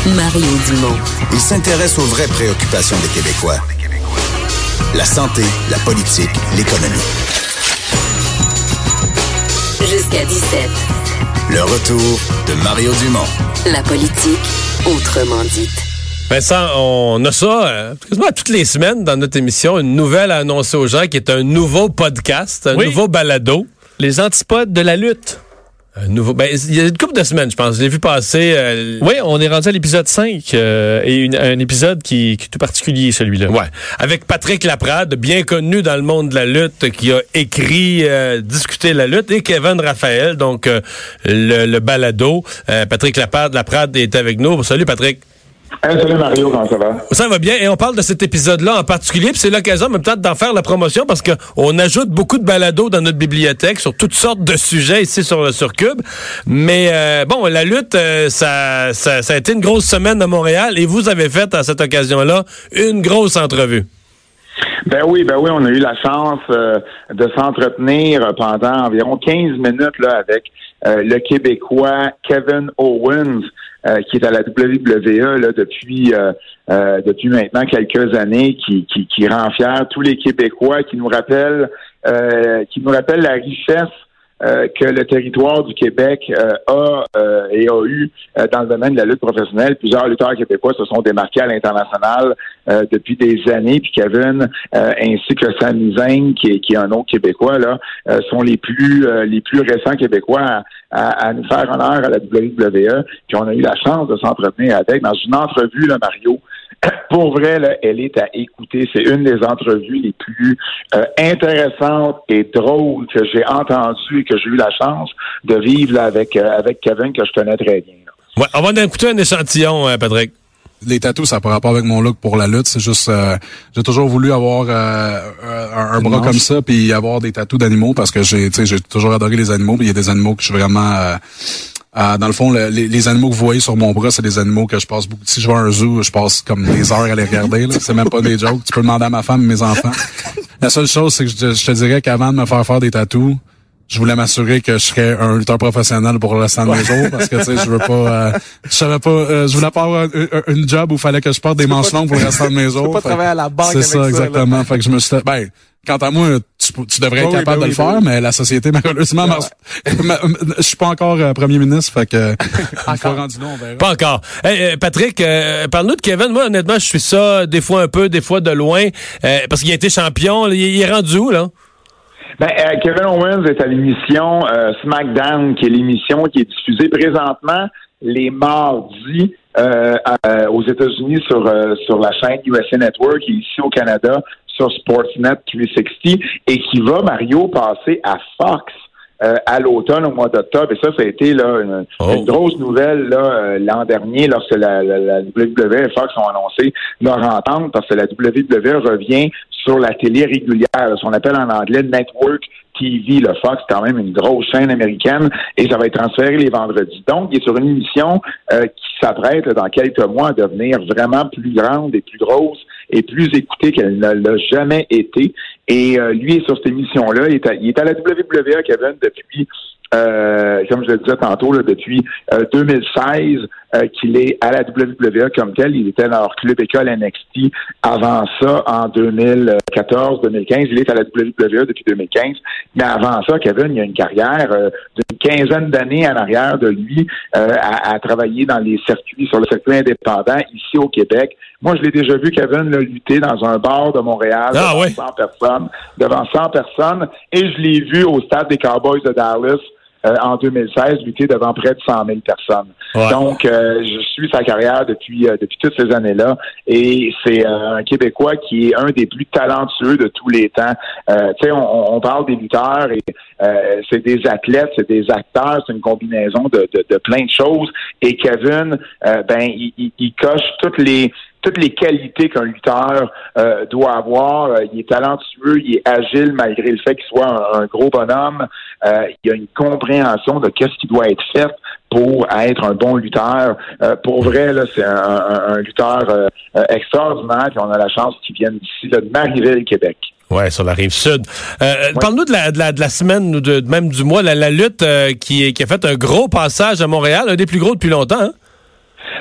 Mario Dumont. Il s'intéresse aux vraies préoccupations des Québécois. La santé, la politique, l'économie. Jusqu'à 17. Le retour de Mario Dumont. La politique, autrement dite. Vincent, on a ça quasiment toutes les semaines dans notre émission, une nouvelle à annoncer aux gens qui est un nouveau podcast, un nouveau balado. Les antipodes de la lutte. Un nouveau, il y a une couple de semaines, je pense. Je l'ai vu passer. Oui, on est rendu à l'épisode 5 et un épisode qui est tout particulier, celui-là. Ouais. Avec Patrick Laprade, bien connu dans le monde de la lutte, qui a écrit Discuter la lutte, et Kevin Raphaël, donc le balado. Patrick Laprade est avec nous. Salut Patrick. Salut Mario, comment ça va? Ça va bien, et on parle de cet épisode-là en particulier, puis c'est l'occasion en même temps d'en faire la promotion, parce qu'on ajoute beaucoup de balados dans notre bibliothèque sur toutes sortes de sujets ici sur Cube. Mais la lutte, ça a été une grosse semaine à Montréal, et vous avez fait à cette occasion-là une grosse entrevue. Ben oui, on a eu la chance de s'entretenir pendant environ 15 minutes là avec le Québécois Kevin Owens, qui est à la WWE là, depuis maintenant quelques années, qui rend fier tous les Québécois, qui nous rappelle la richesse que le territoire du Québec a eu dans le domaine de la lutte professionnelle. Plusieurs lutteurs québécois se sont démarqués à l'international depuis des années. Puis Kevin ainsi que Sami Zayn, qui est un autre Québécois, là, sont les plus récents Québécois à nous faire honneur à la WWE. Puis on a eu la chance de s'entretenir avec dans une entrevue, là, Mario. Pour vrai, là, elle est à écouter. C'est une des entrevues les plus intéressantes et drôles que j'ai entendues et que j'ai eu la chance de vivre là, avec Kevin, que je connais très bien. Ouais, on va en écouter un échantillon, Patrick. Les tatous, ça n'a pas rapport avec mon look pour la lutte. C'est juste, j'ai toujours voulu avoir un bras comme ça, puis avoir des tatous d'animaux, parce que j'ai toujours adoré les animaux. Puis il y a des animaux que je suis vraiment... dans le fond, les animaux que vous voyez sur mon bras, c'est des animaux que je passe beaucoup. Si je vais à un zoo, je passe comme des heures à les regarder. Là. C'est même pas des jokes. Tu peux demander à ma femme et mes enfants. La seule chose, c'est que je te dirais qu'avant de me faire des tatous, je voulais m'assurer que je serais un lutteur professionnel pour le restant de mes jours, parce que tu sais, je voulais pas avoir une job où il fallait que je porte des manches longues pour le restant de mes jours. Tu peux pas travailler à la banque avec ça. C'est ça, exactement. Là. Fait que je me suis quant à moi, tu devrais être capable de le faire, mais la société, malheureusement, je suis pas encore premier ministre, fait que une fois rendu là, on verra. Pas encore. Hey, Patrick, parle-nous de Kevin. Moi, honnêtement, je suis ça des fois un peu, des fois de loin, parce qu'il a été champion. Il est rendu où, là? Kevin Owens est à l'émission SmackDown, qui est l'émission qui est diffusée présentement les mardis aux États-Unis sur la chaîne USA Network et ici au Canada sur Sportsnet 360, et qui va, Mario, passer à Fox à l'automne, au mois d'octobre. Et ça a été là une grosse nouvelle là l'an dernier, lorsque la WWE et Fox ont annoncé leur entente, parce que la WWE revient sur la télé régulière, ce qu'on appelle en anglais Network TV. Le Fox, c'est quand même une grosse chaîne américaine, et ça va être transféré les vendredis. Donc, il est sur une émission qui s'apprête dans quelques mois à devenir vraiment plus grande et plus grosse et plus écoutée qu'elle ne l'a jamais été. Et lui est sur cette émission-là. Il est à la WWE, Kevin, depuis, comme je le disais tantôt, là, depuis 2016 qu'il est à la WWE comme tel. Il était dans leur club école NXT avant ça, en 2014-2015. Il est à la WWE depuis 2015. Mais avant ça, Kevin, il a une carrière d'une quinzaine d'années en arrière de lui à travailler dans les circuits, sur le circuit indépendant ici au Québec. Moi, je l'ai déjà vu, Kevin, là, lutter dans un bar de Montréal devant 100 personnes, et je l'ai vu au stade des Cowboys de Dallas en 2016 lutter devant près de 100 000 personnes. Ouais. Donc, je suis sa carrière depuis toutes ces années-là, et c'est un Québécois qui est un des plus talentueux de tous les temps. Tu sais, on parle des lutteurs, et c'est des athlètes, c'est des acteurs, c'est une combinaison de plein de choses. Et Kevin, il coche toutes les qualités qu'un lutteur doit avoir. Il est talentueux, il est agile malgré le fait qu'il soit un gros bonhomme. Il a une compréhension de qu'est-ce qui doit être fait pour être un bon lutteur. Pour vrai, là, c'est un lutteur extraordinaire, puis on a la chance qu'il vienne d'ici, de Marieville, Québec. Ouais, sur la rive sud. Parle-nous de la semaine, ou même du mois, la lutte qui a fait un gros passage à Montréal, un des plus gros depuis longtemps, hein?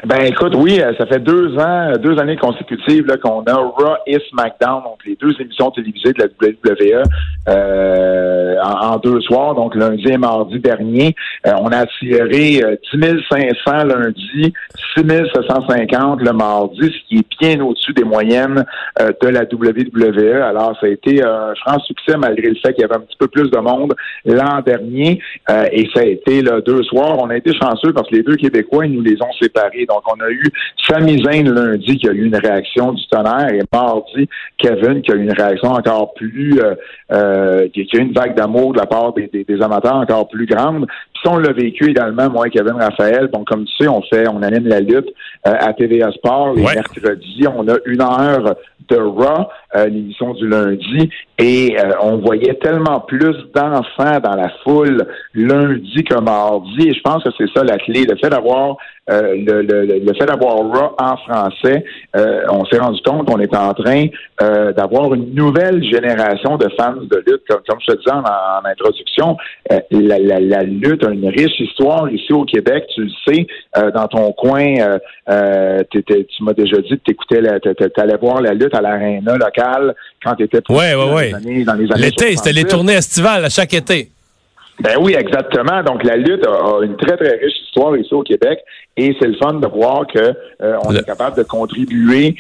Ben écoute, oui, ça fait 2 années consécutives là, qu'on a Raw et SmackDown, donc les 2 émissions télévisées de la WWE en 2 soirs, donc lundi et mardi dernier. On a attiré 10 500 lundi, 6 750 le mardi, ce qui est bien au-dessus des moyennes de la WWE. Alors, ça a été un franc succès malgré le fait qu'il y avait un petit peu plus de monde l'an dernier. Et ça a été là, 2 soirs. On a été chanceux parce que les 2 Québécois, ils nous les ont séparés. Donc, on a eu Sami Zayn lundi qui a eu une réaction du tonnerre et mardi, Kevin qui a eu une réaction encore plus... qui a eu une vague d'amour de la part des amateurs encore plus grande. Puis ça, on l'a vécu également, moi et Kevin Raphaël. Bon, comme tu sais, on anime la lutte à TVA Sport les mercredis. On a 1 heure de Raw, l'émission du lundi, et on voyait tellement plus d'enfants dans la foule lundi que mardi, et je pense que c'est ça la clé, le fait d'avoir le fait d'avoir Raw en français, on s'est rendu compte qu'on est en train d'avoir une nouvelle génération de fans de lutte, comme je te disais en introduction, la lutte a une riche histoire ici au Québec, tu le sais, dans ton coin, tu m'as déjà dit que t'allais voir la lutte à l'aréna locale quand tu étais dans les années l'été, 70. C'était les tournées estivales à chaque été. Ben oui, exactement. Donc, la lutte a une très, très riche histoire ici au Québec et c'est le fun de voir que on est capable de contribuer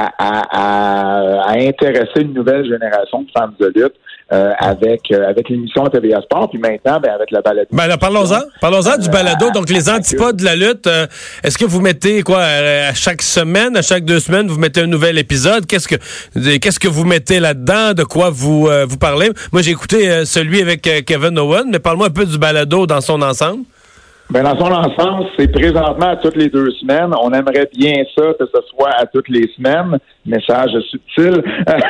à intéresser une nouvelle génération de fans de lutte avec l'émission à TVA Sport, puis maintenant, avec la balado. Ben là, parlons-en du balado. Donc, les antipodes de la lutte, est-ce que vous mettez à chaque semaine, à chaque 2 semaines, vous mettez un nouvel épisode? Qu'est-ce que vous mettez là-dedans? De quoi vous parlez? Moi, j'ai écouté celui avec Kevin Owen, mais parle-moi un peu du balado dans son ensemble. Ben dans son ensemble, c'est présentement à toutes les 2 semaines. On aimerait bien ça, que ce soit à toutes les semaines. Message subtil.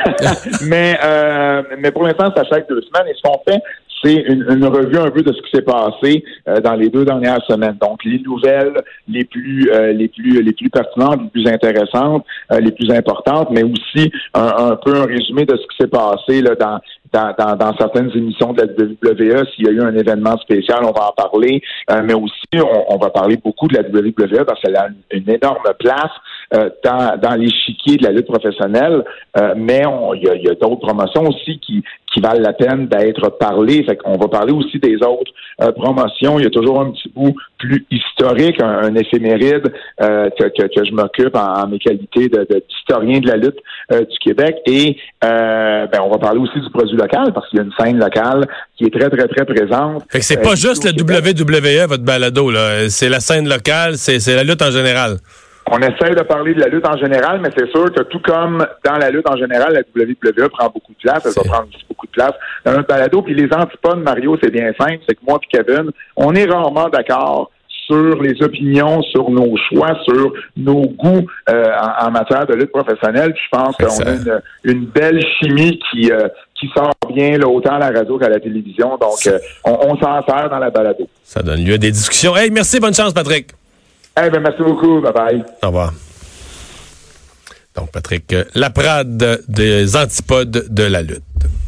mais pour l'instant, c'est à chaque 2 semaines. Et ce qu'on fait, c'est une revue un peu de ce qui s'est passé dans les 2 dernières semaines. Donc, les nouvelles les plus pertinentes, les plus intéressantes, les plus importantes, mais aussi un peu un résumé de ce qui s'est passé là dans certaines émissions de la WWE. S'il y a eu un événement spécial, on va en parler. Mais aussi, on va parler beaucoup de la WWE parce qu'elle a une énorme place dans l'échiquier de la lutte professionnelle. Mais il y a d'autres promotions aussi qui valent la peine d'être parlées. Fait qu'on va parler aussi des autres promotions. Il y a toujours un petit bout plus historique, un éphéméride que je m'occupe en mes qualités d'historien de la lutte du Québec. Et on va parler aussi du produit local parce qu'il y a une scène locale qui est très, très, très présente. Fait que c'est pas juste la WWE, votre balado, là. C'est la scène locale, c'est la lutte en général. On essaie de parler de la lutte en général, mais c'est sûr que tout comme dans la lutte en général, la WWE prend beaucoup de place. Elle va prendre aussi beaucoup de place dans notre balado. Puis les antipodes, Mario, c'est bien simple. C'est que moi et Kevin, on est rarement d'accord sur les opinions, sur nos choix, sur nos goûts en matière de lutte professionnelle. Puis je pense qu'on a une belle chimie qui sort bien là, autant à la radio qu'à la télévision. Donc, on s'en sert dans la balado. Ça donne lieu à des discussions. Hey, merci, bonne chance, Patrick. Merci beaucoup. Bye-bye. Au revoir. Donc, Patrick Laprade des antipodes de la lutte.